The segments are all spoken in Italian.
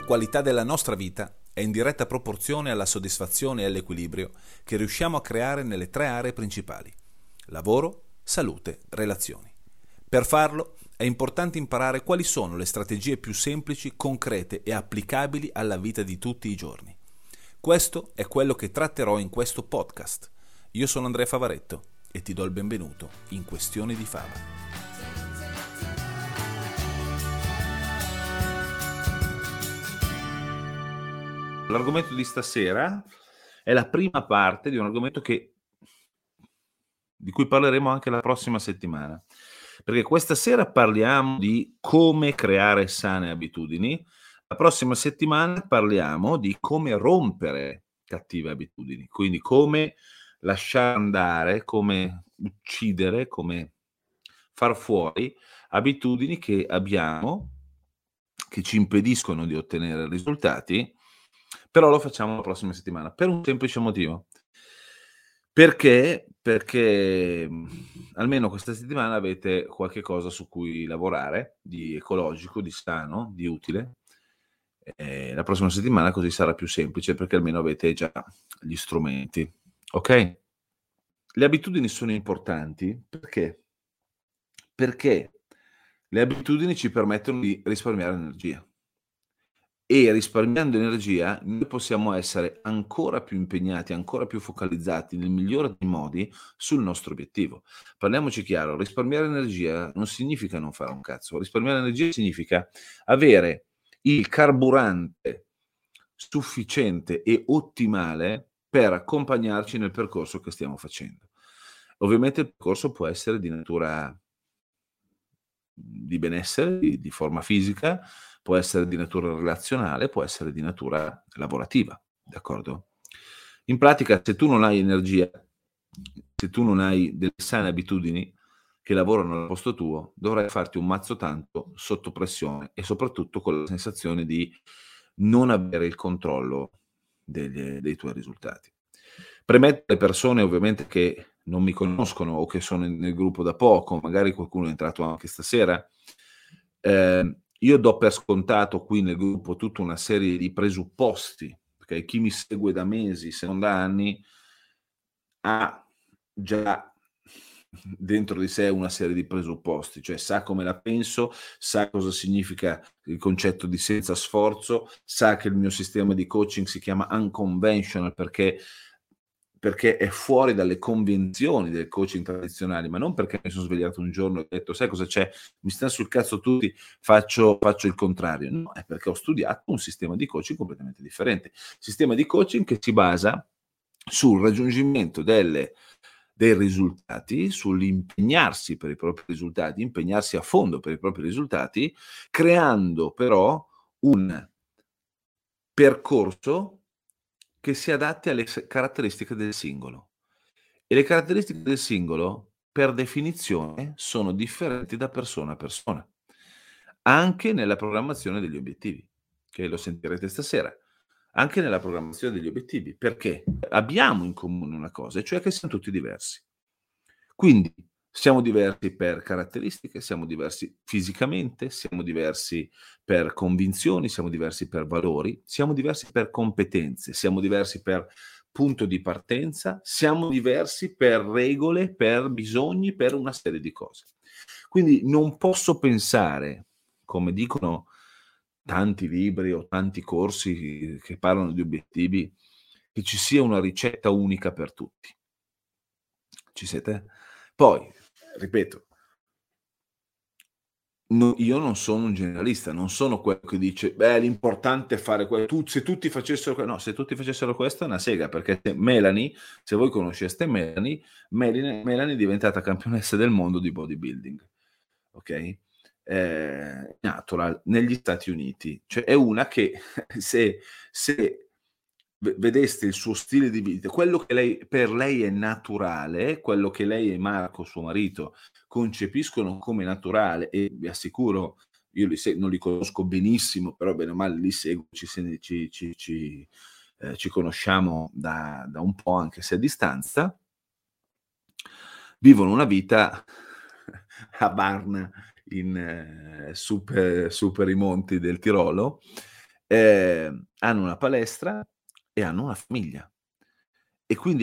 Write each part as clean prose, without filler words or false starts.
qualità della nostra vita è in diretta proporzione alla soddisfazione e all'equilibrio che riusciamo a creare nelle tre aree principali: lavoro, salute, relazioni. Per farlo è importante imparare quali sono le strategie più semplici, concrete e applicabili alla vita di tutti i giorni. Questo è quello che tratterò in questo podcast. Io sono Andrea Favaretto e ti do il benvenuto in Questioni di Fava. L'argomento di stasera è la prima parte di un argomento di cui parleremo anche la prossima settimana, perché questa sera parliamo di come creare sane abitudini, la prossima settimana parliamo di come rompere cattive abitudini, quindi come lasciare andare, come uccidere, come far fuori abitudini che abbiamo, che ci impediscono di ottenere risultati. Però lo facciamo la prossima settimana, per un semplice motivo. Perché almeno questa settimana avete qualche cosa su cui lavorare, di ecologico, di sano, di utile. La prossima settimana così sarà più semplice, perché almeno avete già gli strumenti. Ok? Le abitudini sono importanti perché le abitudini ci permettono di risparmiare energia. E risparmiando energia noi possiamo essere ancora più impegnati, ancora più focalizzati nel migliore dei modi sul nostro obiettivo. Parliamoci chiaro, risparmiare energia non significa non fare un cazzo, risparmiare energia significa avere il carburante sufficiente e ottimale per accompagnarci nel percorso che stiamo facendo. Ovviamente il percorso può essere di natura di benessere, di forma fisica, può essere di natura relazionale, può essere di natura lavorativa, d'accordo? In pratica, se tu non hai energia, se tu non hai delle sane abitudini che lavorano al posto tuo, dovrai farti un mazzo tanto sotto pressione e soprattutto con la sensazione di non avere il controllo dei tuoi risultati. Premetto alle persone ovviamente che non mi conoscono o che sono nel gruppo da poco, magari qualcuno è entrato anche stasera, io do per scontato qui nel gruppo tutta una serie di presupposti, perché chi mi segue da mesi, se non da anni, ha già dentro di sé una serie di presupposti, cioè sa come la penso, sa cosa significa il concetto di senza sforzo, sa che il mio sistema di coaching si chiama unconventional perché è fuori dalle convenzioni del coaching tradizionali, ma non perché mi sono svegliato un giorno e ho detto sai cosa c'è, mi stanno sul cazzo tutti, faccio il contrario. No, è perché ho studiato un sistema di coaching completamente differente, sistema di coaching che si basa sul raggiungimento dei risultati, sull'impegnarsi per i propri risultati, impegnarsi a fondo per i propri risultati, creando però un percorso che si adatti alle caratteristiche del singolo. E le caratteristiche del singolo, per definizione, sono differenti da persona a persona, anche nella programmazione degli obiettivi, che lo sentirete stasera. Anche nella programmazione degli obiettivi, perché abbiamo in comune una cosa, e cioè che siamo tutti diversi. Quindi siamo diversi per caratteristiche, siamo diversi fisicamente, siamo diversi per convinzioni, siamo diversi per valori, siamo diversi per competenze, siamo diversi per punto di partenza, siamo diversi per regole, per bisogni, per una serie di cose. Quindi non posso pensare, come dicono tanti libri o tanti corsi che parlano di obiettivi, che ci sia una ricetta unica per tutti. Ci siete? Poi, ripeto, io non sono un generalista, non sono quello che dice l'importante è fare questo, se tutti facessero questo, no, se tutti facessero questo è una sega, perché Melanie, se voi conosceste Melanie è diventata campionessa del mondo di bodybuilding, ok? Natural, negli Stati Uniti, cioè è una che se vedeste il suo stile di vita, quello che per lei è naturale, quello che lei e Marco, suo marito, concepiscono come naturale, e vi assicuro, io non li conosco benissimo, però bene o male li seguo, ci conosciamo da un po', anche se a distanza, vivono una vita a Barna, super i monti del Tirolo, hanno una palestra e hanno una famiglia. E quindi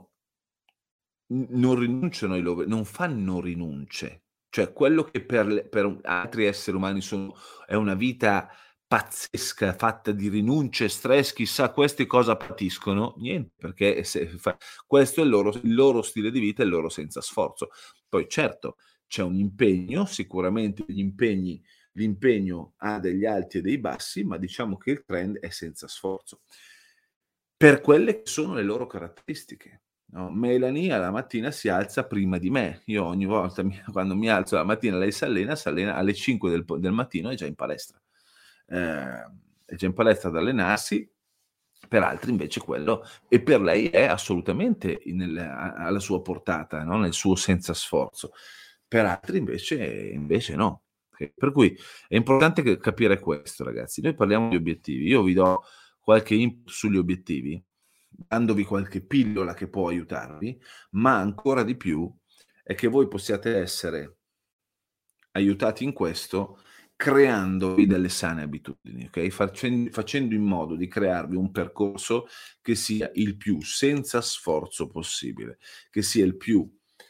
non rinunciano non fanno rinunce. Cioè quello che per altri esseri umani è una vita pazzesca, fatta di rinunce, stress, chissà questi cosa patiscono, niente, perché questo è il loro stile di vita, il loro senza sforzo. Poi certo, c'è un impegno, sicuramente l'impegno ha degli alti e dei bassi, ma diciamo che il trend è senza sforzo. Per quelle che sono le loro caratteristiche. No, Melanie alla mattina si alza prima di me. Io ogni volta quando mi alzo la mattina, lei si allena alle 5 del mattino, è già in palestra. È già in palestra ad allenarsi, per altri invece quello, e per lei è assolutamente alla sua portata, no? Nel suo senza sforzo. Per altri invece no. Per cui è importante capire questo, ragazzi. Noi parliamo di obiettivi. Io vi do qualche input sugli obiettivi, dandovi qualche pillola che può aiutarvi, ma ancora di più è che voi possiate essere aiutati in questo creandovi delle sane abitudini, ok? Facendo in modo di crearvi un percorso che sia il più senza sforzo possibile, che sia il più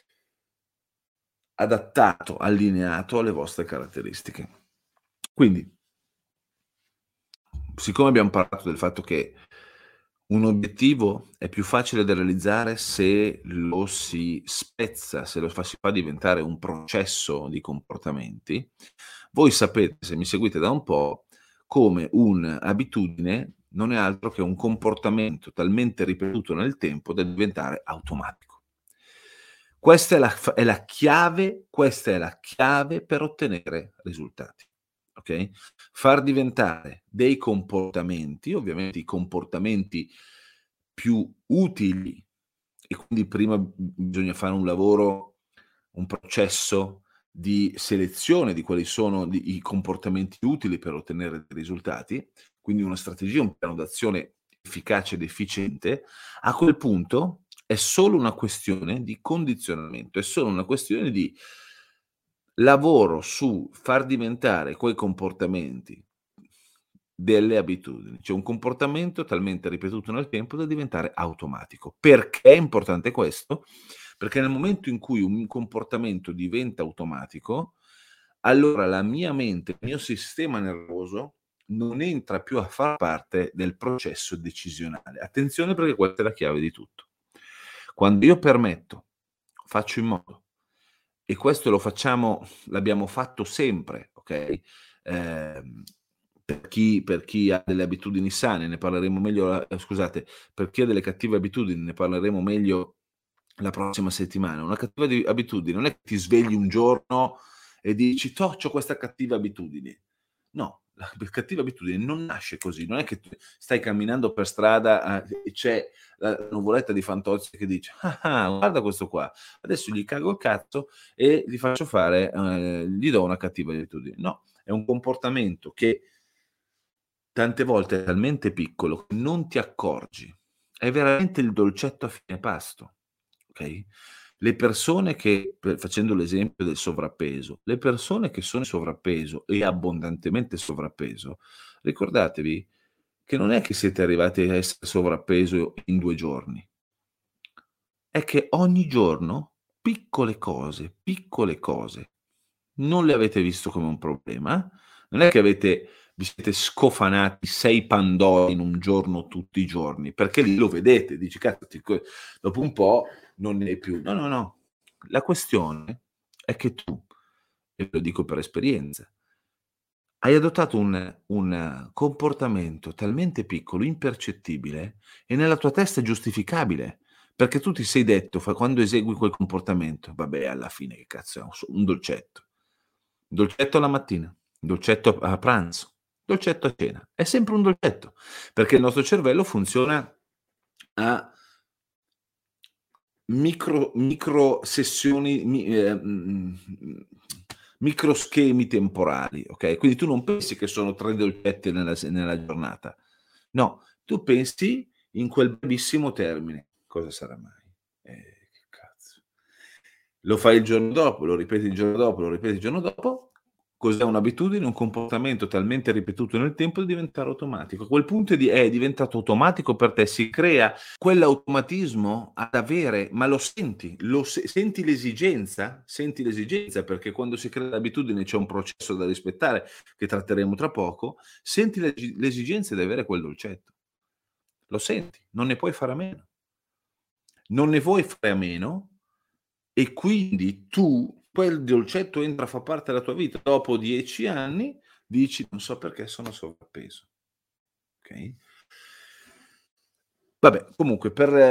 adattato, allineato alle vostre caratteristiche. Quindi, siccome abbiamo parlato del fatto che un obiettivo è più facile da realizzare se lo si spezza, se lo si fa diventare un processo di comportamenti, voi sapete, se mi seguite da un po', come un'abitudine non è altro che un comportamento talmente ripetuto nel tempo da diventare automatico. Questa è la chiave per ottenere risultati. Okay? Far diventare dei comportamenti, ovviamente i comportamenti più utili, e quindi prima bisogna fare un lavoro, un processo di selezione di quali sono i comportamenti utili per ottenere dei risultati, quindi una strategia, un piano d'azione efficace ed efficiente. A quel punto è solo una questione di condizionamento, è solo una questione di lavoro su far diventare quei comportamenti delle abitudini, cioè un comportamento talmente ripetuto nel tempo da diventare automatico. Perché è importante questo? Perché nel momento in cui un comportamento diventa automatico, allora la mia mente, il mio sistema nervoso non entra più a far parte del processo decisionale. Attenzione, perché questa è la chiave di tutto. Quando io faccio in modo, e questo l'abbiamo fatto sempre, ok? Per chi ha delle abitudini sane ne parleremo meglio, scusate, per chi ha delle cattive abitudini ne parleremo meglio la prossima settimana. Una cattiva abitudine non è che ti svegli un giorno e dici: "Toh, c'ho questa cattiva abitudine". No, la cattiva abitudine non nasce così, non è che tu stai camminando per strada, e c'è la nuvoletta di Fantozzi che dice: "Ah, guarda questo qua, adesso gli cago il cazzo e gli faccio fare gli do una cattiva abitudine". No, è un comportamento che tante volte è talmente piccolo che non ti accorgi. È veramente il dolcetto a fine pasto, okay? Le persone che facendo l'esempio del sovrappeso, le persone che sono in sovrappeso e abbondantemente sovrappeso, ricordatevi che non è che siete arrivati a essere sovrappeso in 2 giorni. È che ogni giorno piccole cose, non le avete visto come un problema, non è che vi siete scofanati 6 pandori in un giorno tutti i giorni, perché lì lo vedete, dici: "Cazzo, dopo un po' non ne hai più". No, no, no. La questione è che tu, e lo dico per esperienza, hai adottato un comportamento talmente piccolo, impercettibile, e nella tua testa è giustificabile, perché tu ti sei detto quando esegui quel comportamento: "Vabbè, alla fine che cazzo è, un dolcetto". Dolcetto alla mattina, dolcetto a pranzo, dolcetto a cena. È sempre un dolcetto, perché il nostro cervello funziona a micro sessioni, micro schemi temporali, okay, quindi tu non pensi che sono 3 dolcetti nella giornata. No, tu pensi in quel brevissimo termine. Cosa sarà mai? Che cazzo. Lo fai il giorno dopo, lo ripeti il giorno dopo, lo ripeti il giorno dopo, Cos'è un'abitudine? Un comportamento talmente ripetuto nel tempo da diventare automatico. A quel punto è diventato automatico per te, si crea quell'automatismo ad avere, ma lo senti, senti l'esigenza? Senti l'esigenza, perché quando si crea l'abitudine c'è un processo da rispettare che tratteremo tra poco, senti l'esigenza di avere quel dolcetto. Lo senti, non ne puoi fare a meno. Non ne vuoi fare a meno e quindi tu, quel dolcetto entra a far parte della tua vita. Dopo 10 anni dici: "Non so perché sono sovrappeso". Okay? Vabbè, comunque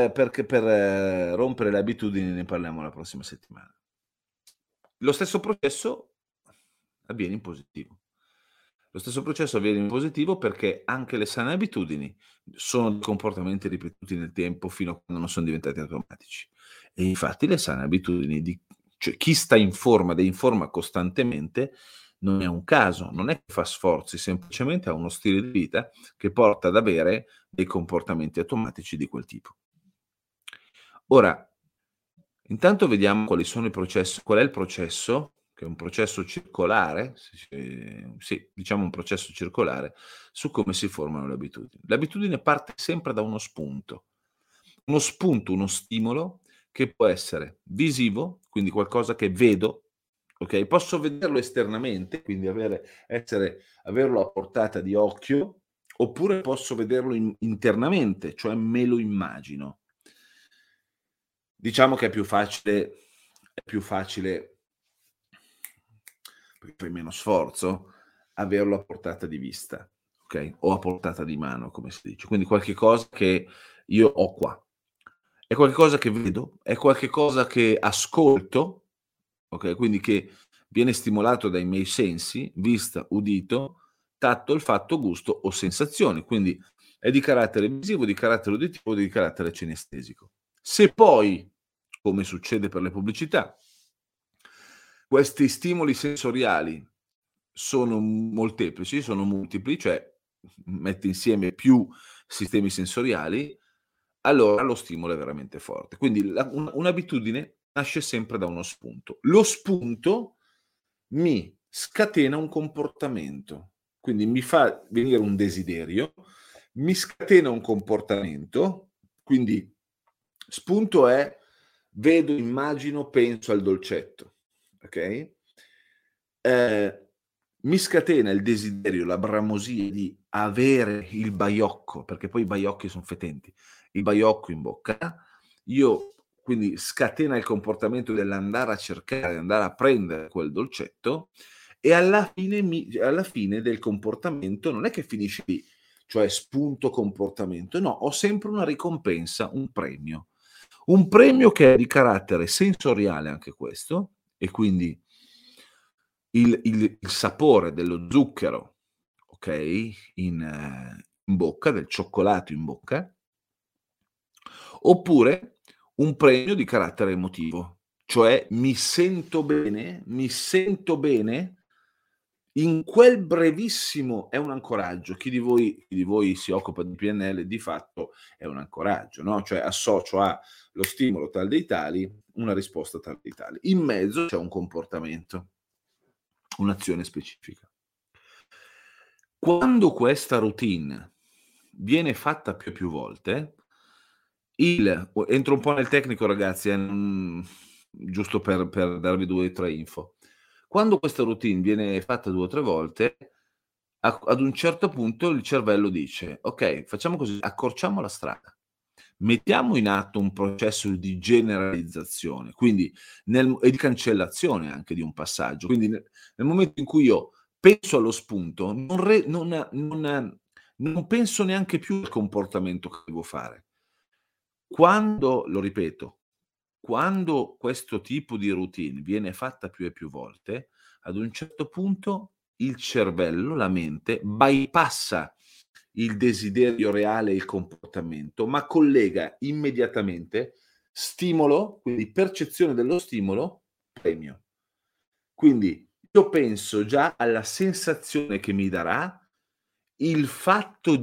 per rompere le abitudini ne parliamo la prossima settimana. Lo stesso processo avviene in positivo. Lo stesso processo avviene in positivo perché anche le sane abitudini sono comportamenti ripetuti nel tempo fino a quando non son diventati automatici. E infatti le sane abitudini cioè chi sta in forma ed è in forma costantemente non è un caso, non è che fa sforzi, semplicemente ha uno stile di vita che porta ad avere dei comportamenti automatici di quel tipo. Ora, intanto vediamo quali sono qual è il processo, che è un processo circolare, sì, diciamo un processo circolare, su come si formano le abitudini. L'abitudine parte sempre da uno spunto, uno stimolo che può essere visivo, quindi qualcosa che vedo, okay, posso vederlo esternamente, quindi averlo a portata di occhio, oppure posso vederlo internamente, cioè me lo immagino. Diciamo che è più facile, perché fai meno sforzo, averlo a portata di vista, okay, o a portata di mano, come si dice. Quindi qualche cosa che io ho qua. È qualche cosa che vedo, è qualche cosa che ascolto, okay, quindi che viene stimolato dai miei sensi, vista, udito, tatto, olfatto, gusto o sensazione. Quindi è di carattere visivo, di carattere uditivo, di carattere cinestesico. Se poi, come succede per le pubblicità, questi stimoli sensoriali sono molteplici, sono multipli, cioè metti insieme più sistemi sensoriali, allora lo stimolo è veramente forte. Quindi un'abitudine nasce sempre da uno spunto. Lo spunto mi scatena un comportamento, quindi mi fa venire un desiderio, mi scatena un comportamento, quindi spunto è vedo, immagino, penso al dolcetto, okay? Ehm, Mi scatena il desiderio, la bramosia di avere il baiocco, perché poi i baiocchi son fetenti, il baiocco in bocca. Io quindi scatena il comportamento dell'andare a cercare, andare a prendere quel dolcetto e alla fine del comportamento non è che finisce lì, cioè spunto comportamento, no, ho sempre una ricompensa, un premio. Un premio che è di carattere sensoriale anche questo, e quindi il sapore dello zucchero, okay, in bocca, del cioccolato in bocca, oppure un premio di carattere emotivo, cioè mi sento bene in quel brevissimo è un ancoraggio. Chi di voi si occupa di PNL di fatto è un ancoraggio, no, cioè associo allo stimolo tal dei tali, una risposta tal dei tali. In mezzo c'è un comportamento, un'azione specifica. Quando questa routine viene fatta più e più volte, entro un po' nel tecnico ragazzi, giusto per darvi 2 o 3 info. Quando questa routine viene fatta 2 o 3 volte, ad un certo punto il cervello dice: "Okay, facciamo così, accorciamo la strada. Mettiamo in atto un processo di generalizzazione, quindi e di cancellazione anche di un passaggio. Quindi nel momento in cui io penso allo spunto, non penso neanche più al comportamento che devo fare. Quando lo ripeto, quando questo tipo di routine viene fatta più e più volte, ad un certo punto il cervello, la mente, bypassa il desiderio reale e il comportamento, ma collega immediatamente stimolo, quindi percezione dello stimolo, premio. Quindi io penso già alla sensazione che mi darà il fatto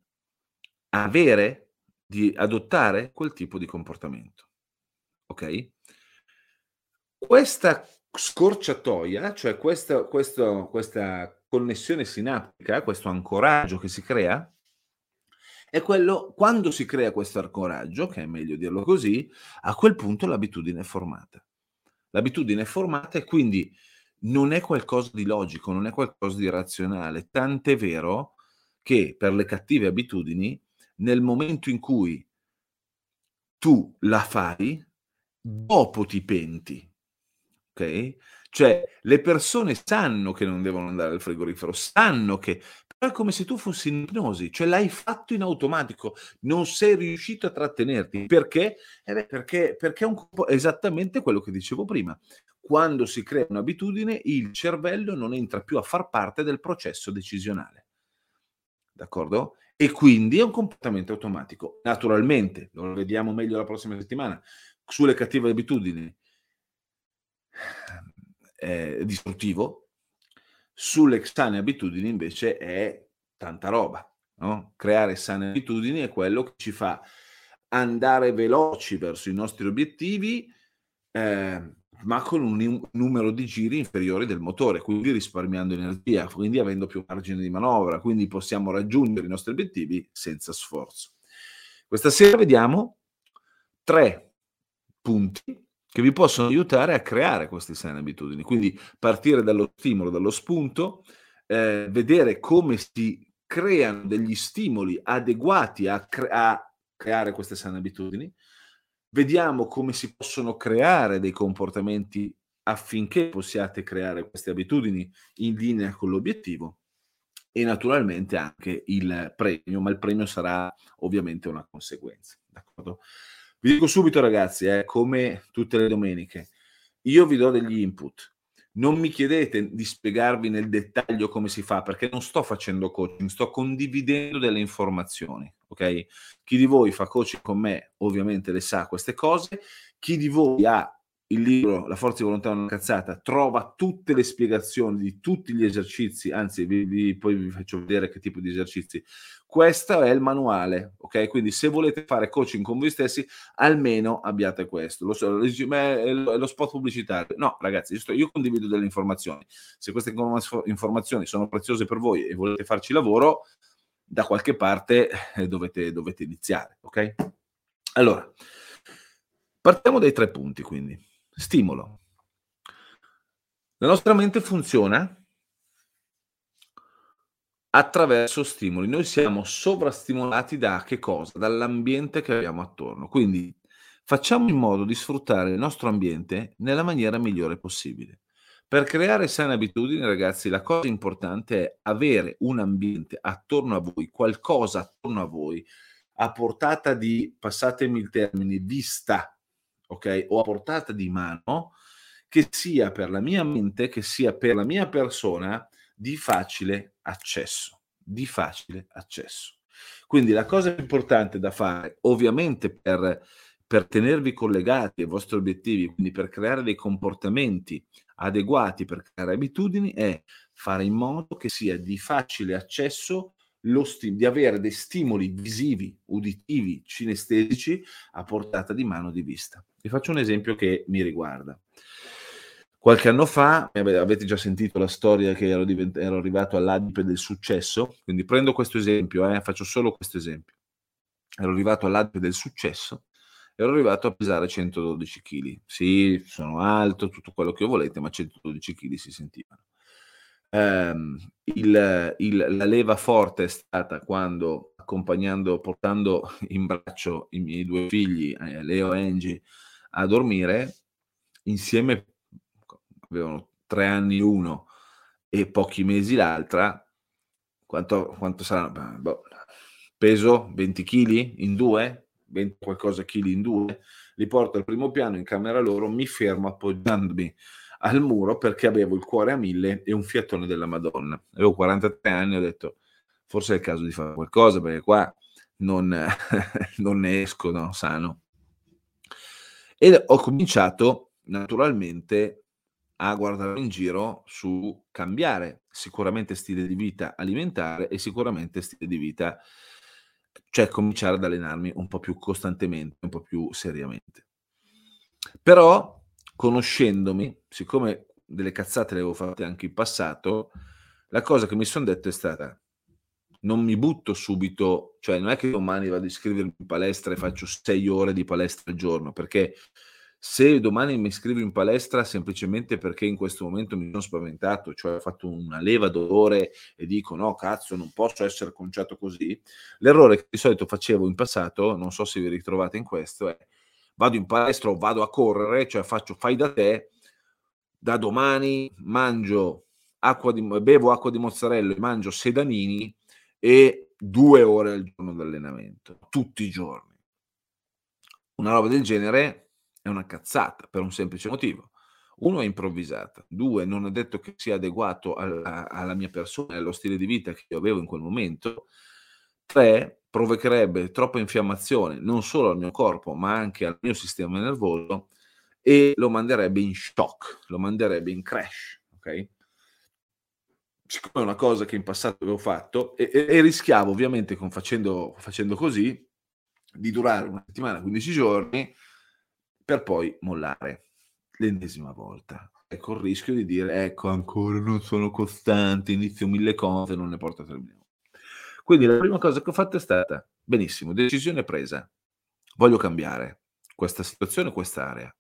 di adottare quel tipo di comportamento, okay? Questa scorciatoia, cioè questa connessione sinaptica, questo ancoraggio che si crea, è quello, quando si crea questo ancoraggio, che è meglio dirlo così, a quel punto l'abitudine è formata. L'abitudine è formata e quindi non è qualcosa di logico, non è qualcosa di razionale, tant'è vero che per le cattive abitudini, nel momento in cui tu la fai, dopo ti penti, okay? Cioè le persone sanno che non devono andare al frigorifero, sanno che però è come se tu fossi in ipnosi, cioè l'hai fatto in automatico, non sei riuscito a trattenerti. Perché? Perché è un compo esattamente quello che dicevo prima. Quando si crea un'abitudine, il cervello non entra più a far parte del processo decisionale. D'accordo? E quindi è un comportamento automatico. Naturalmente, lo vediamo meglio la prossima settimana, sulle cattive abitudini è distruttivo, sulle sane abitudini invece è tanta roba, no? Creare sane abitudini è quello che ci fa andare veloci verso i nostri obiettivi, ma con un numero di giri inferiori del motore, quindi risparmiando energia, quindi avendo più margine di manovra, quindi possiamo raggiungere i nostri obiettivi senza sforzo. Questa sera vediamo 3 punti che vi possono aiutare a creare queste sane abitudini. Quindi partire dallo stimolo, dallo spunto, vedere come si creano degli stimoli adeguati a creare queste sane abitudini. Vediamo come si possono creare dei comportamenti affinché possiate creare queste abitudini in linea con l'obiettivo e naturalmente anche il premio, ma il premio sarà ovviamente una conseguenza, d'accordo? Vi dico subito ragazzi, come tutte le domeniche, io vi do degli input. Non mi chiedete di spiegarvi nel dettaglio come si fa, perché non sto facendo coaching, sto condividendo delle informazioni, ok? Chi di voi fa coaching con me ovviamente le sa queste cose, chi di voi ha il libro La forza di volontà è una cazzata, trova tutte le spiegazioni di tutti gli esercizi, anzi poi vi faccio vedere che tipo di esercizi. Questo è il manuale, ok? Quindi se volete fare coaching con voi stessi, almeno abbiate questo. Lo so, è lo spot pubblicitario. No, ragazzi, io condivido delle informazioni. Se queste informazioni sono preziose per voi e volete farci lavoro, da qualche parte dovete iniziare, ok? Allora, partiamo dai 3 punti, quindi. Stimolo. La nostra mente funziona attraverso stimoli. Noi siamo sovrastimolati da che cosa? Dall'ambiente che abbiamo attorno. Quindi facciamo in modo di sfruttare il nostro ambiente nella maniera migliore possibile. Per creare sane abitudini, ragazzi, la cosa importante è avere un ambiente attorno a voi, qualcosa attorno a voi, a portata di, passatemi il termine, vista, ok? O a portata di mano, che sia per la mia mente, che sia per la mia persona, di facile accesso, di facile accesso. Quindi la cosa più importante da fare, ovviamente per tenervi collegati ai vostri obiettivi, quindi per creare dei comportamenti adeguati per creare abitudini, è fare in modo che sia di facile accesso di avere dei stimoli visivi, uditivi, cinestesici a portata di mano di vista. Vi faccio un esempio che mi riguarda. Qualche anno fa, avete già sentito la storia che ero arrivato all'apice del successo, quindi prendo questo esempio, faccio solo questo esempio. Ero arrivato all'apice del successo, ero arrivato a pesare 112 kg. Sì, sono alto, tutto quello che volete, ma 112 kg si sentivano. La leva forte è stata quando, portando in braccio i miei 2 figli, Leo e Angie, a dormire, insieme avevano 3 anni uno e pochi mesi l'altra, quanto saranno? Boh, peso 20 kg in 2, 20 qualcosa chili in 2, li porto al primo piano in camera loro, mi fermo appoggiandomi al muro perché avevo il cuore a 1000 e un fiatone della Madonna. Avevo 43 anni, ho detto forse è il caso di fare qualcosa perché qua non ne esco, no, sano. E ho cominciato naturalmente a guardare in giro su cambiare sicuramente stile di vita alimentare e sicuramente stile di vita, cioè cominciare ad allenarmi un po' più costantemente, un po' più seriamente. Però conoscendomi, siccome delle cazzate le avevo fatte anche in passato, la cosa che mi sono detto è stata: non mi butto subito, cioè non è che domani vado a iscrivermi in palestra e faccio 6 ore di palestra al giorno, perché se domani mi iscrivo in palestra semplicemente perché in questo momento mi sono spaventato, cioè ho fatto una leva dolore e dico no cazzo non posso essere conciato così, l'errore che di solito facevo in passato, non so se vi ritrovate in questo, è vado in palestra o vado a correre, cioè faccio fai da te, da domani bevo acqua di mozzarella e mangio sedanini e 2 ore al giorno di allenamento, tutti i giorni. Una roba del genere è una cazzata per un semplice motivo. 1 è improvvisata, 2 non è detto che sia adeguato alla mia persona e allo stile di vita che io avevo in quel momento, 3 provocherebbe troppa infiammazione non solo al mio corpo, ma anche al mio sistema nervoso e lo manderebbe in shock, lo manderebbe in crash, okay? Siccome è una cosa che in passato avevo fatto e rischiavo ovviamente facendo così, di durare 1 settimana, 15 giorni, per poi mollare l'ennesima volta. Ecco il rischio di dire: "Ecco ancora non sono costante, inizio 1000 cose, non ne porto a termine". Quindi la prima cosa che ho fatto è stata: benissimo, decisione presa, voglio cambiare questa situazione, quest'area.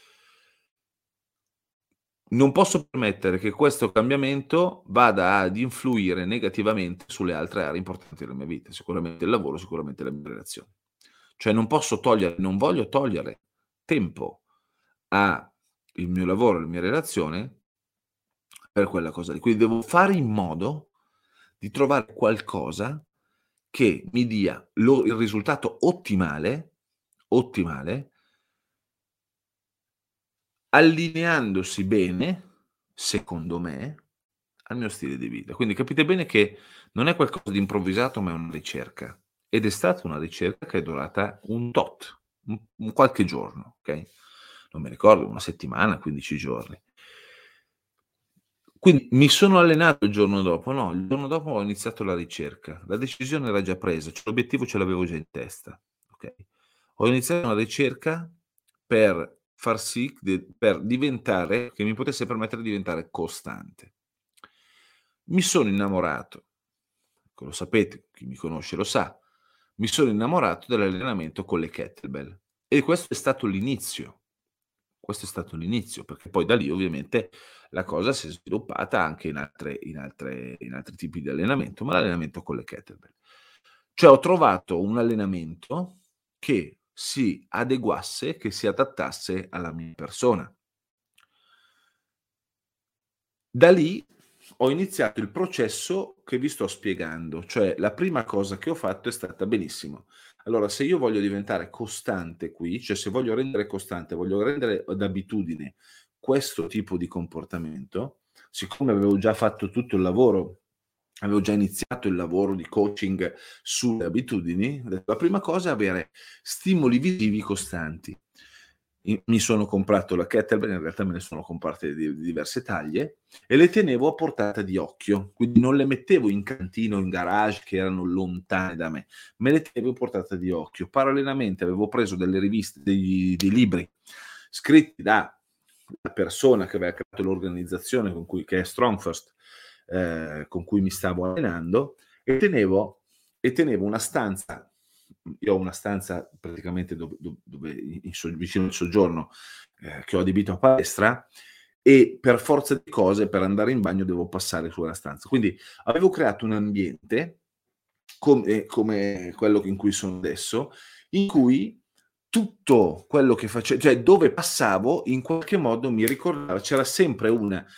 Non posso permettere che questo cambiamento vada ad influire negativamente sulle altre aree importanti della mia vita, sicuramente il lavoro, sicuramente le mie relazioni. Cioè non voglio togliere tempo a il mio lavoro, alle mie relazioni per quella cosa lì. Quindi devo fare in modo di trovare qualcosa che mi dia il risultato ottimale, allineandosi bene, secondo me, al mio stile di vita. Quindi capite bene che non è qualcosa di improvvisato, ma è una ricerca. Ed è stata una ricerca che è durata un tot, un qualche giorno, okay, non mi ricordo, 1 settimana, 15 giorni. Quindi mi sono allenato il giorno dopo? No, il giorno dopo ho iniziato la ricerca. La decisione era già presa, cioè l'obiettivo ce l'avevo già in testa, okay. Ho iniziato una ricerca per far sì per diventare che mi potesse permettere di diventare costante. Mi sono innamorato, ecco lo sapete, chi mi conosce lo sa, mi sono innamorato dell'allenamento con le kettlebell e questo è stato l'inizio. Questo è stato l'inizio, perché poi da lì ovviamente la cosa si è sviluppata anche in altri tipi di allenamento, ma l'allenamento con le kettlebell. Cioè ho trovato un allenamento che si adeguasse, che si adattasse alla mia persona. Da lì ho iniziato il processo che vi sto spiegando, cioè la prima cosa che ho fatto è stata: benissimo, allora se io voglio diventare costante qui, cioè se voglio rendere costante, voglio rendere d'abitudine questo tipo di comportamento, siccome avevo già fatto tutto il lavoro, avevo già iniziato il lavoro di coaching sulle abitudini, ho detto la prima cosa è avere stimoli visivi costanti. Mi sono comprato la kettlebell, in realtà me ne sono comprate di diverse taglie e le tenevo a portata di occhio, quindi non le mettevo in cantina o in garage che erano lontane da me le tenevo a portata di occhio. Parallelamente avevo preso delle riviste, dei libri scritti da la persona che aveva creato l'organizzazione che è Strong First, con cui mi stavo allenando e tenevo una stanza. Io ho una stanza praticamente dove vicino al soggiorno, che ho adibito a palestra e per forza di cose per andare in bagno devo passare su quella stanza. Quindi avevo creato un ambiente come quello in cui sono adesso, in cui tutto quello che cioè dove passavo in qualche modo mi ricordava c'era sempre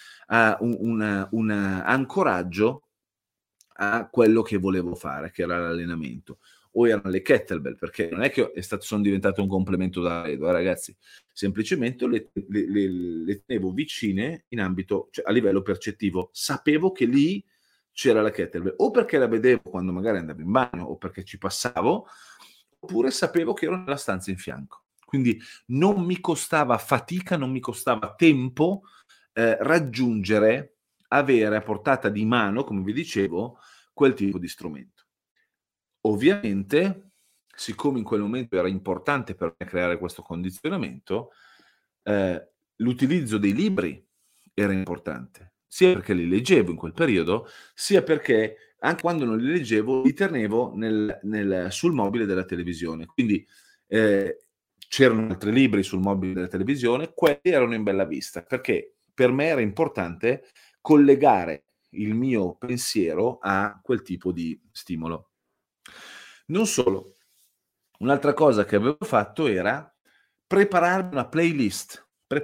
un ancoraggio a quello che volevo fare, che era l'allenamento. O erano le kettlebell, perché non è che sono diventato un complemento d'arredo, ragazzi, semplicemente le tenevo vicine in ambito, cioè a livello percettivo. Sapevo che lì c'era la kettlebell, o perché la vedevo quando magari andavo in bagno, o perché ci passavo, oppure sapevo che ero nella stanza in fianco. Quindi non mi costava fatica, non mi costava tempo, raggiungere, avere a portata di mano, come vi dicevo, quel tipo di strumento. Ovviamente, siccome in quel momento era importante per me creare questo condizionamento, l'utilizzo dei libri era importante, sia perché li leggevo in quel periodo, sia perché anche quando non li leggevo li tenevo sul mobile della televisione. Quindi c'erano altri libri sul mobile della televisione, quelli erano in bella vista, perché per me era importante collegare il mio pensiero a quel tipo di stimolo. Non solo, un'altra cosa che avevo fatto era prepararmi una playlist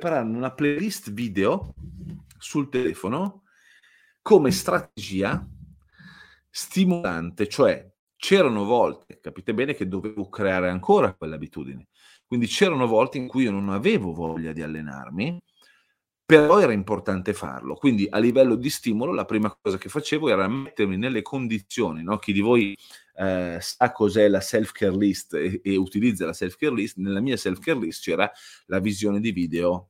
video sul telefono come strategia stimolante, cioè c'erano volte, capite bene, che dovevo creare ancora quell'abitudine, quindi c'erano volte in cui io non avevo voglia di allenarmi, però era importante farlo. Quindi a livello di stimolo la prima cosa che facevo era mettermi nelle condizioni, no? Chi di voi sa cos'è la self-care list e utilizza la self-care list, nella mia self-care list c'era la visione di video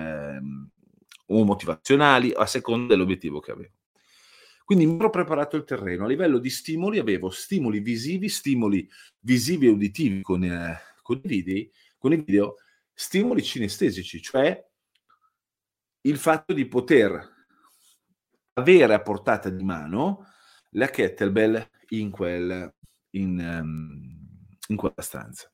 o motivazionali a seconda dell'obiettivo che avevo. Quindi mi ero preparato il terreno. A livello di stimoli avevo stimoli visivi e uditivi con i video, stimoli cinestesici, cioè il fatto di poter avere a portata di mano la kettlebell in quella stanza.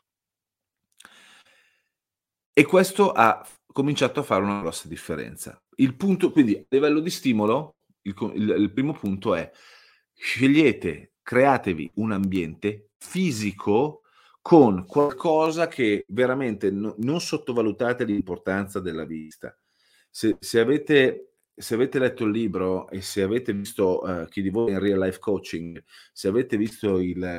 E questo ha cominciato a fare una grossa differenza. Il punto, quindi, a livello di stimolo, il primo punto è: createvi un ambiente fisico con qualcosa che veramente non sottovalutate l'importanza della vista. Se avete letto il libro e se avete visto chi di voi è in real life coaching, se avete visto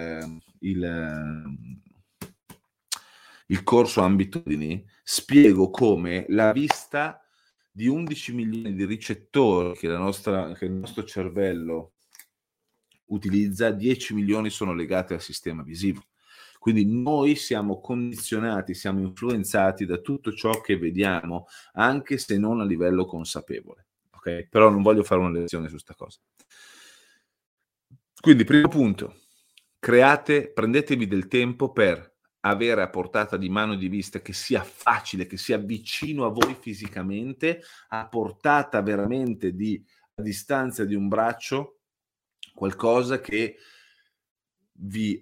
il corso Ambitudini, spiego come la vista di 11 milioni di ricettori che il nostro cervello utilizza, 10 milioni sono legati al sistema visivo. Quindi noi siamo condizionati, siamo influenzati da tutto ciò che vediamo, anche se non a livello consapevole. Okay? Però non voglio fare una lezione su questa cosa. Quindi, primo punto, prendetevi del tempo per avere a portata di mano e di vista, che sia facile, che sia vicino a voi fisicamente, a portata veramente a distanza di un braccio, qualcosa che vi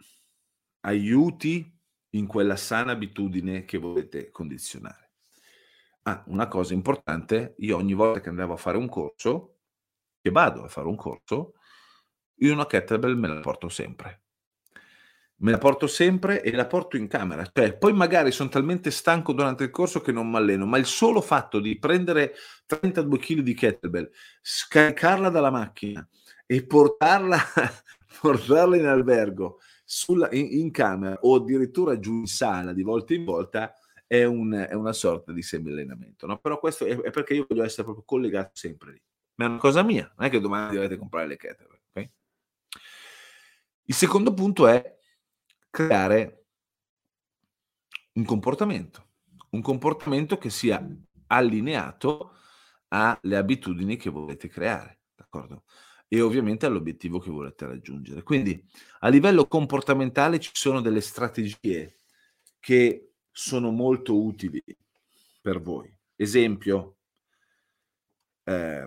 aiuti in quella sana abitudine che volete condizionare. Una cosa importante, io ogni volta che andavo a fare un corso, che vado a fare un corso, io una kettlebell me la porto sempre. Me la porto sempre e la porto in camera. Cioè, poi magari sono talmente stanco durante il corso che non mi alleno, ma il solo fatto di prendere 32 kg di kettlebell, scaricarla dalla macchina e portarla in albergo, in camera o addirittura giù in sala di volta in volta è una sorta di semi-allenamento. No? Però questo è perché io voglio essere proprio collegato sempre lì. Ma è una cosa mia, non è che domani dovete comprare le kettlebell. Okay? Il secondo punto è creare un comportamento che sia allineato alle abitudini che volete creare, d'accordo? E ovviamente all'obiettivo che volete raggiungere. Quindi a livello comportamentale ci sono delle strategie che sono molto utili per voi. Esempio, la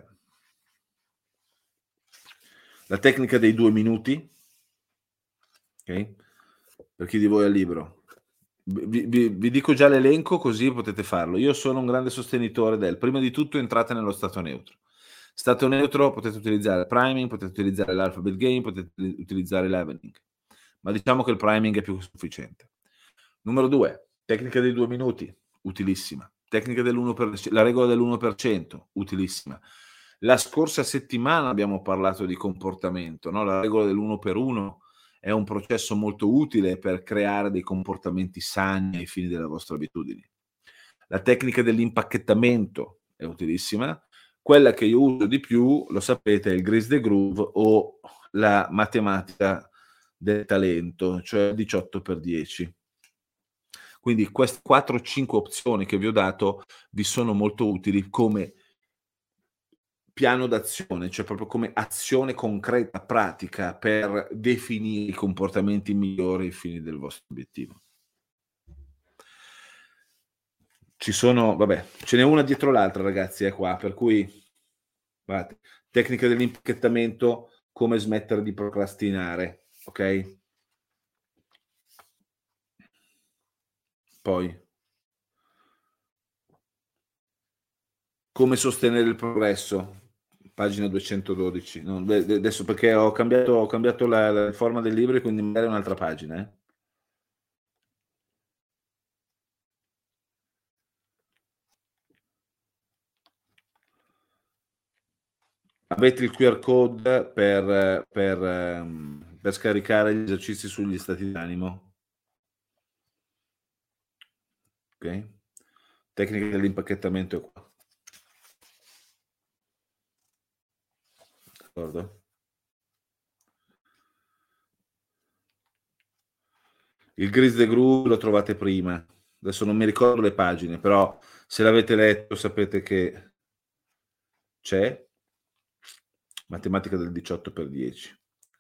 tecnica dei 2 minuti, ok? Per chi di voi ha il libro. Vi dico già l'elenco così potete farlo. Io sono un grande sostenitore prima di tutto entrate nello stato neutro. Stato neutro potete utilizzare priming, potete utilizzare l'alphabet game, potete utilizzare leveling, ma diciamo che il priming è più sufficiente. Numero 2, tecnica dei 2 minuti, utilissima. Tecnica la regola dell'1%, utilissima. La scorsa settimana abbiamo parlato di comportamento, no? La regola dell'1 per 1 è un processo molto utile per creare dei comportamenti sani ai fini delle vostre abitudini. La tecnica dell'impacchettamento è utilissima. Quella che io uso di più, lo sapete, è il Grease the Groove o la matematica del talento, cioè 18x10. Quindi queste 4-5 opzioni che vi ho dato vi sono molto utili come piano d'azione, cioè proprio come azione concreta, pratica, per definire i comportamenti migliori ai fini del vostro obiettivo. ci sono, vabbè, ce n'è una dietro l'altra, ragazzi, è qua, per cui, guardate, tecnica dell'impacchettamento, come smettere di procrastinare, ok? Poi, come sostenere il progresso, pagina 212. No, adesso perché ho cambiato la forma del libro, quindi magari è un'altra pagina, eh? Avete il QR code per scaricare gli esercizi sugli stati d'animo? Ok? Tecnica dell'impacchettamento è qua. D'accordo? Il Gris de Gru lo trovate prima. Adesso non mi ricordo le pagine, però se l'avete letto sapete che c'è. Matematica del 18x10.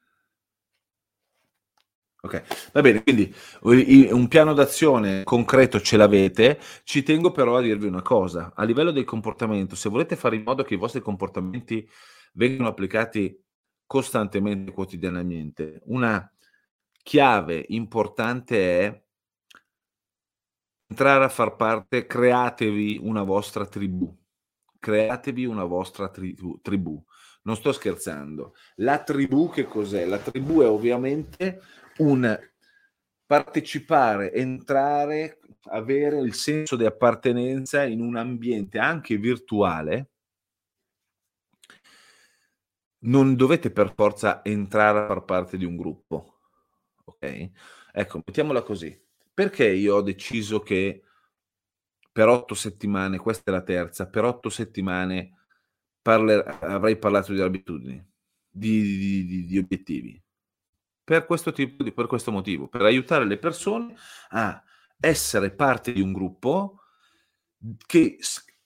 Ok, va bene, quindi un piano d'azione concreto ce l'avete. Ci tengo però a dirvi una cosa: a livello del comportamento, se volete fare in modo che i vostri comportamenti vengano applicati costantemente, quotidianamente, una chiave importante è entrare a far parte, createvi una vostra tribù. Createvi una vostra tribù. Non sto scherzando. La tribù che cos'è? La tribù è ovviamente un partecipare, entrare, avere il senso di appartenenza in un ambiente anche virtuale. Non dovete per forza entrare a far parte di un gruppo, ok? Ecco, mettiamola così. Perché io ho deciso che per 8 settimane, questa è la terza, per 8 settimane avrei parlato di abitudini, di obiettivi. Per questo motivo, per aiutare le persone a essere parte di un gruppo che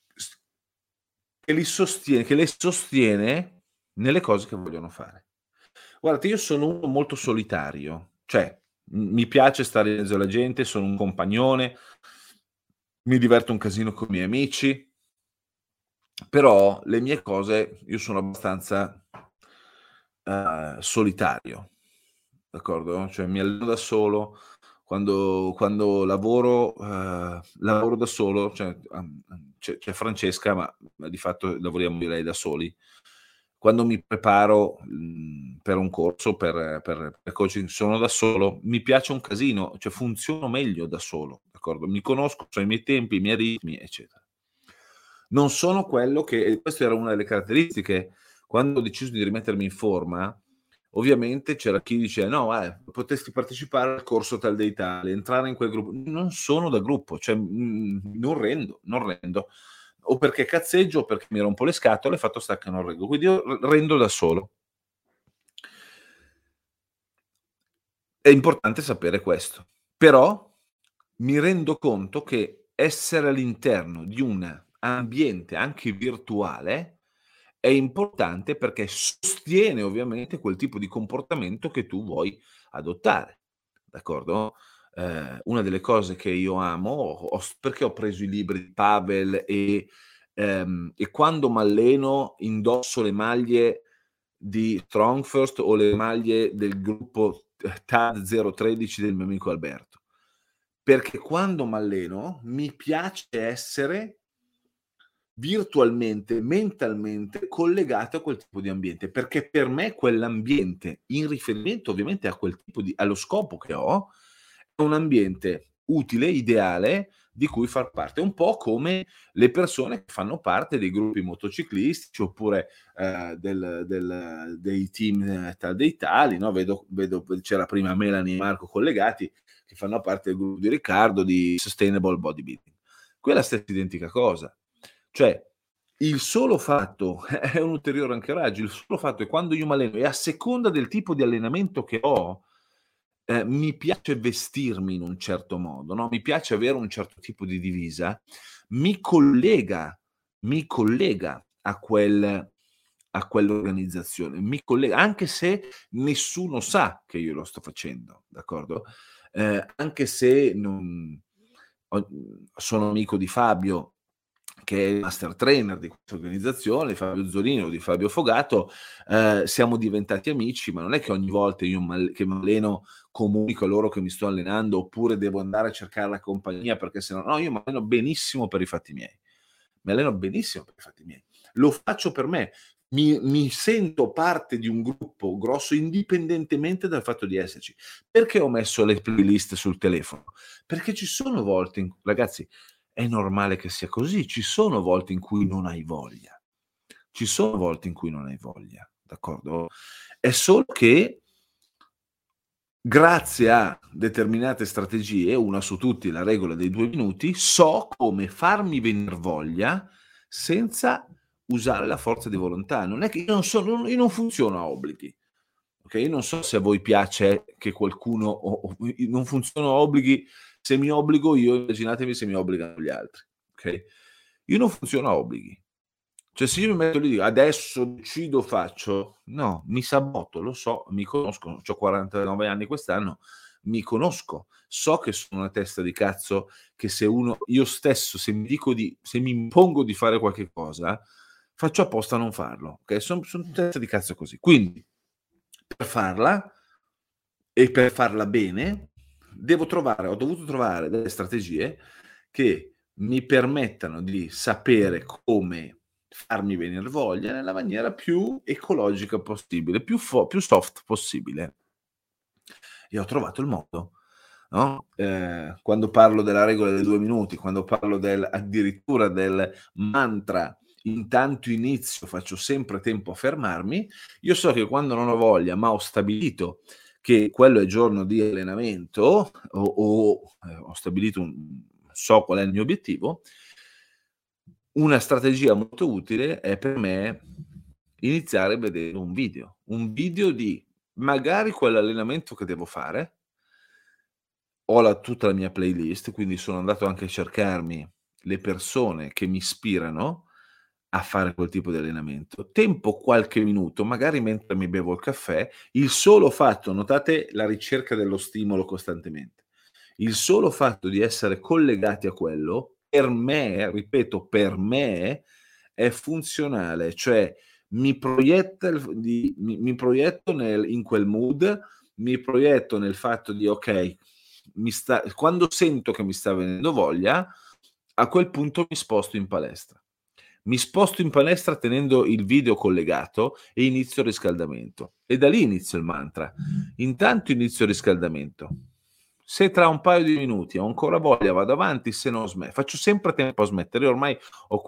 li sostiene, che le sostiene nelle cose che vogliono fare. Guardate, io sono uno molto solitario, cioè mi piace stare in mezzo alla gente, sono un compagnone, mi diverto un casino con i miei amici, però le mie cose, io sono abbastanza solitario, d'accordo? Cioè mi alleno da solo, quando lavoro da solo, cioè c'è Francesca, ma di fatto lavoriamo direi da soli. Quando mi preparo per un corso, per coaching, sono da solo, mi piace un casino, cioè funziono meglio da solo, d'accordo? Mi conosco, so i miei tempi, i miei ritmi, eccetera. Non sono quello che, e questa era una delle caratteristiche, quando ho deciso di rimettermi in forma, ovviamente c'era chi dice: no, potresti partecipare al corso tal dei tali, entrare in quel gruppo. Non sono da gruppo, cioè non rendo. O perché cazzeggio o perché mi rompo le scatole, fatto sta che non reggo. Quindi io rendo da solo. È importante sapere questo. Però mi rendo conto che essere all'interno di un ambiente anche virtuale è importante, perché sostiene ovviamente quel tipo di comportamento che tu vuoi adottare, d'accordo? Una delle cose che io amo, perché ho preso i libri di Pavel e quando m'alleno indosso le maglie di Strong First o le maglie del gruppo TAD 013 del mio amico Alberto. Perché quando m'alleno mi piace essere virtualmente, mentalmente collegato a quel tipo di ambiente, perché per me quell'ambiente, in riferimento ovviamente a quel tipo allo scopo che ho, è un ambiente utile, ideale, di cui far parte. Un po' come le persone che fanno parte dei gruppi motociclistici oppure dei team dei tali, no? Vedo c'era prima Melanie e Marco collegati, che fanno parte del gruppo di Riccardo di Sustainable Bodybuilding. Qui è la stessa identica cosa. Cioè, il solo fatto è un ulteriore ancoraggio, il solo fatto è quando io m'alleno e a seconda del tipo di allenamento che ho, mi piace vestirmi in un certo modo, no, mi piace avere un certo tipo di divisa, mi collega a quell'organizzazione, anche se nessuno sa che io lo sto facendo, d'accordo? Anche se non sono amico di Fabio, che è il master trainer di questa organizzazione, Fabio Zorino, di Fabio Fogato, siamo diventati amici, ma non è che ogni volta io che mi alleno comunico a loro che mi sto allenando, oppure devo andare a cercare la compagnia, perché se no, io mi alleno benissimo per i fatti miei. Mi alleno benissimo per i fatti miei. Lo faccio per me. Mi sento parte di un gruppo grosso indipendentemente dal fatto di esserci. Perché ho messo le playlist sul telefono? Perché ci sono volte, ragazzi, è normale che sia così, ci sono volte in cui non hai voglia. Ci sono volte in cui non hai voglia, d'accordo? È solo che grazie a determinate strategie, una su tutti, la regola dei 2 minuti, so come farmi venir voglia senza usare la forza di volontà. Non è che io non funziono a obblighi. Okay? Io non so se a voi piace che qualcuno non funziono a obblighi. Se mi obbligo io, immaginatevi se mi obbligano gli altri, okay? Io non funziono a obblighi. Cioè, se io mi metto lì e dico: "Adesso decido, faccio", no, mi saboto, lo so, mi conosco, c'ho 49 anni quest'anno, mi conosco, so che sono una testa di cazzo, che se io stesso, se mi impongo di fare qualche cosa, faccio apposta a non farlo, okay? Son testa di cazzo così. Quindi, per farla e per farla bene, ho dovuto trovare delle strategie che mi permettano di sapere come farmi venir voglia nella maniera più ecologica possibile, più soft possibile. E ho trovato il modo, no, quando parlo della regola dei 2 minuti, quando parlo addirittura del mantra "intanto inizio, faccio sempre tempo a fermarmi", io so che quando non ho voglia, ma ho stabilito che quello è giorno di allenamento ho stabilito so qual è il mio obiettivo, una strategia molto utile è per me iniziare a vedere un video di magari quell'allenamento che devo fare. Ho tutta la mia playlist, quindi sono andato anche a cercarmi le persone che mi ispirano a fare quel tipo di allenamento. Tempo qualche minuto, magari mentre mi bevo il caffè, il solo fatto, notate la ricerca dello stimolo costantemente, il solo fatto di essere collegati a quello, per me, ripeto, per me è funzionale, cioè mi proietta mi proietto in quel mood, mi proietto nel fatto di: "Okay, quando sento che mi sta venendo voglia, a quel punto mi sposto in palestra. Mi sposto in palestra tenendo il video collegato e inizio il riscaldamento. E da lì inizio il mantra. Intanto inizio il riscaldamento. Se tra un paio di minuti ho ancora voglia, vado avanti, se no faccio sempre tempo a smettere. Io ormai ho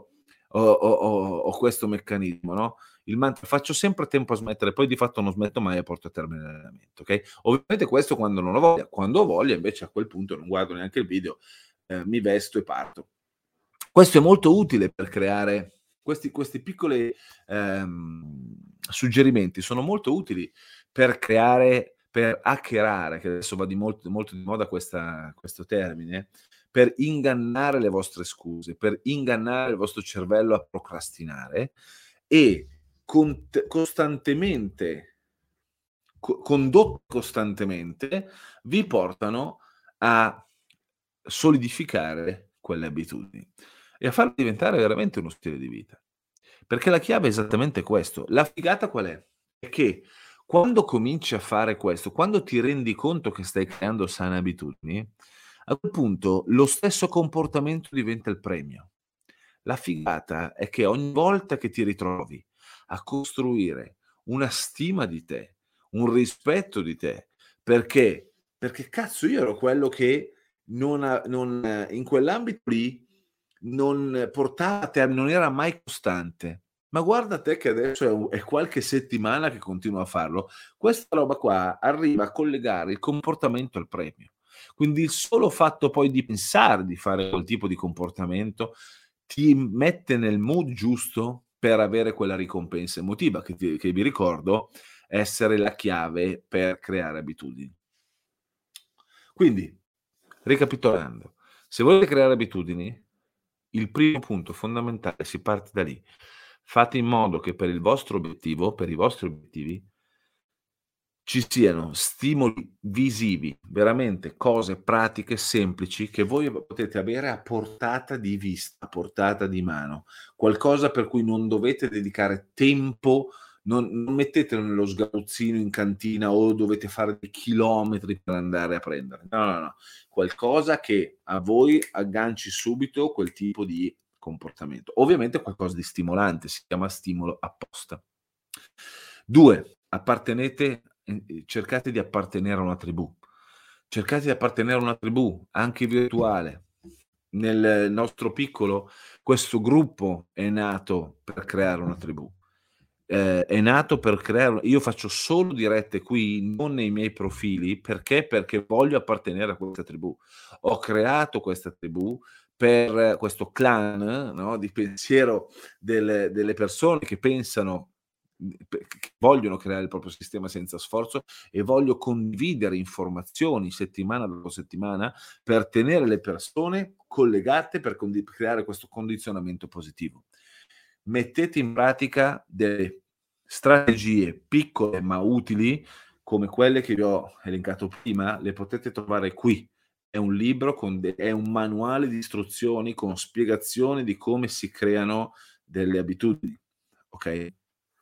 questo meccanismo, no? Il mantra, faccio sempre tempo a smettere, poi di fatto non smetto mai e porto a termine l'allenamento, ok? Ovviamente questo quando non ho voglia. Quando ho voglia, invece, a quel punto non guardo neanche il video, mi vesto e parto. Questo è molto utile per creare questi piccoli suggerimenti, sono molto utili per hackerare, che adesso va molto di moda questo termine, per ingannare le vostre scuse, per ingannare il vostro cervello a procrastinare e costantemente, condotte costantemente, vi portano a solidificare quelle abitudini e a farlo diventare veramente uno stile di vita. Perché la chiave è esattamente questo. La figata qual è? È che quando cominci a fare questo, quando ti rendi conto che stai creando sane abitudini, a quel punto lo stesso comportamento diventa il premio. La figata è che ogni volta che ti ritrovi a costruire una stima di te, un rispetto di te, perché cazzo io ero quello che non in quell'ambito lì non portava a termine, non era mai costante. Ma guarda te che adesso è qualche settimana che continuo a farlo. Questa roba qua arriva a collegare il comportamento al premio. Quindi il solo fatto poi di pensare di fare quel tipo di comportamento ti mette nel mood giusto per avere quella ricompensa emotiva che vi ricordo essere la chiave per creare abitudini. Quindi, ricapitolando, se volete creare abitudini, il primo punto fondamentale, si parte da lì. Fate in modo che per i vostri obiettivi ci siano stimoli visivi, veramente cose pratiche, semplici, che voi potete avere a portata di vista, a portata di mano. Qualcosa per cui non dovete dedicare tempo, non mettetelo nello sgabuzzino in cantina o dovete fare dei chilometri per andare a prendere. No, no, no. Qualcosa che a voi agganci subito quel tipo di comportamento. Ovviamente qualcosa di stimolante, si chiama stimolo apposta. 2, cercate di appartenere a una tribù. Cercate di appartenere a una tribù, anche virtuale. Nel nostro piccolo, questo gruppo è nato per creare una tribù. È nato per creare. Io faccio solo dirette qui, non nei miei profili, perché? Perché voglio appartenere a questa tribù. Ho creato questa tribù per questo clan, no, di pensiero delle persone che pensano, che vogliono creare il proprio sistema senza sforzo, e voglio condividere informazioni settimana dopo settimana per tenere le persone collegate, per creare questo condizionamento positivo. Mettete in pratica delle strategie piccole ma utili, come quelle che vi ho elencato prima, le potete trovare qui. È un libro è un manuale di istruzioni con spiegazioni di come si creano delle abitudini, ok?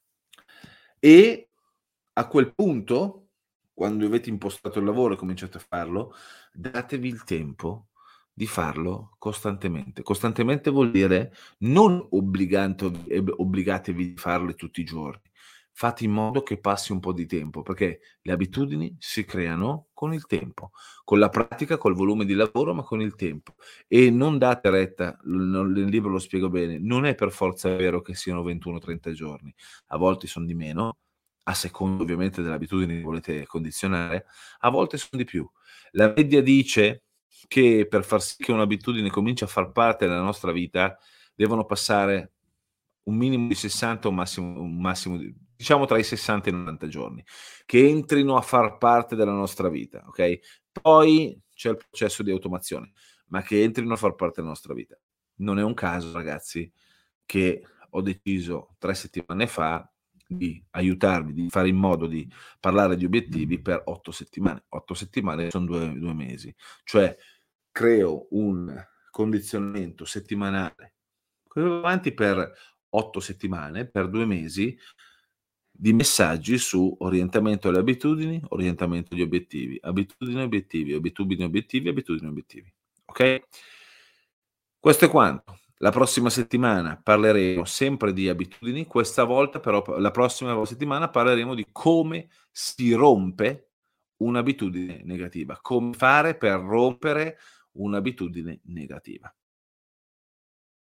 E a quel punto, quando avete impostato il lavoro e cominciate a farlo, datevi il tempo di farlo costantemente. Costantemente vuol dire non obbligatevi a farle tutti i giorni. Fate in modo che passi un po' di tempo, perché le abitudini si creano con il tempo, con la pratica, col volume di lavoro, ma con il tempo. E non date retta, nel libro lo spiego bene, non è per forza vero che siano 21-30 giorni, a volte sono di meno, a seconda ovviamente delle abitudini che volete condizionare, a volte sono di più. La media dice che per far sì che un'abitudine cominci a far parte della nostra vita, devono passare un minimo di 60, un massimo di, diciamo, tra i 60 e i 90 giorni, che entrino a far parte della nostra vita, ok? Poi c'è il processo di automazione, ma che entrino a far parte della nostra vita. Non è un caso, ragazzi, che ho deciso 3 settimane fa di aiutarvi, di fare in modo di parlare di obiettivi per 8 settimane. 8 settimane sono 2 mesi. Cioè, creo un condizionamento settimanale che va avanti per 8 settimane, per 2 mesi, di messaggi su orientamento alle abitudini, orientamento agli obiettivi, abitudini, obiettivi, abitudini, obiettivi, abitudini, obiettivi. Ok? Questo è quanto. La prossima settimana parleremo sempre di abitudini, questa volta però la prossima settimana parleremo di come si rompe un'abitudine negativa, come fare per rompere un'abitudine negativa.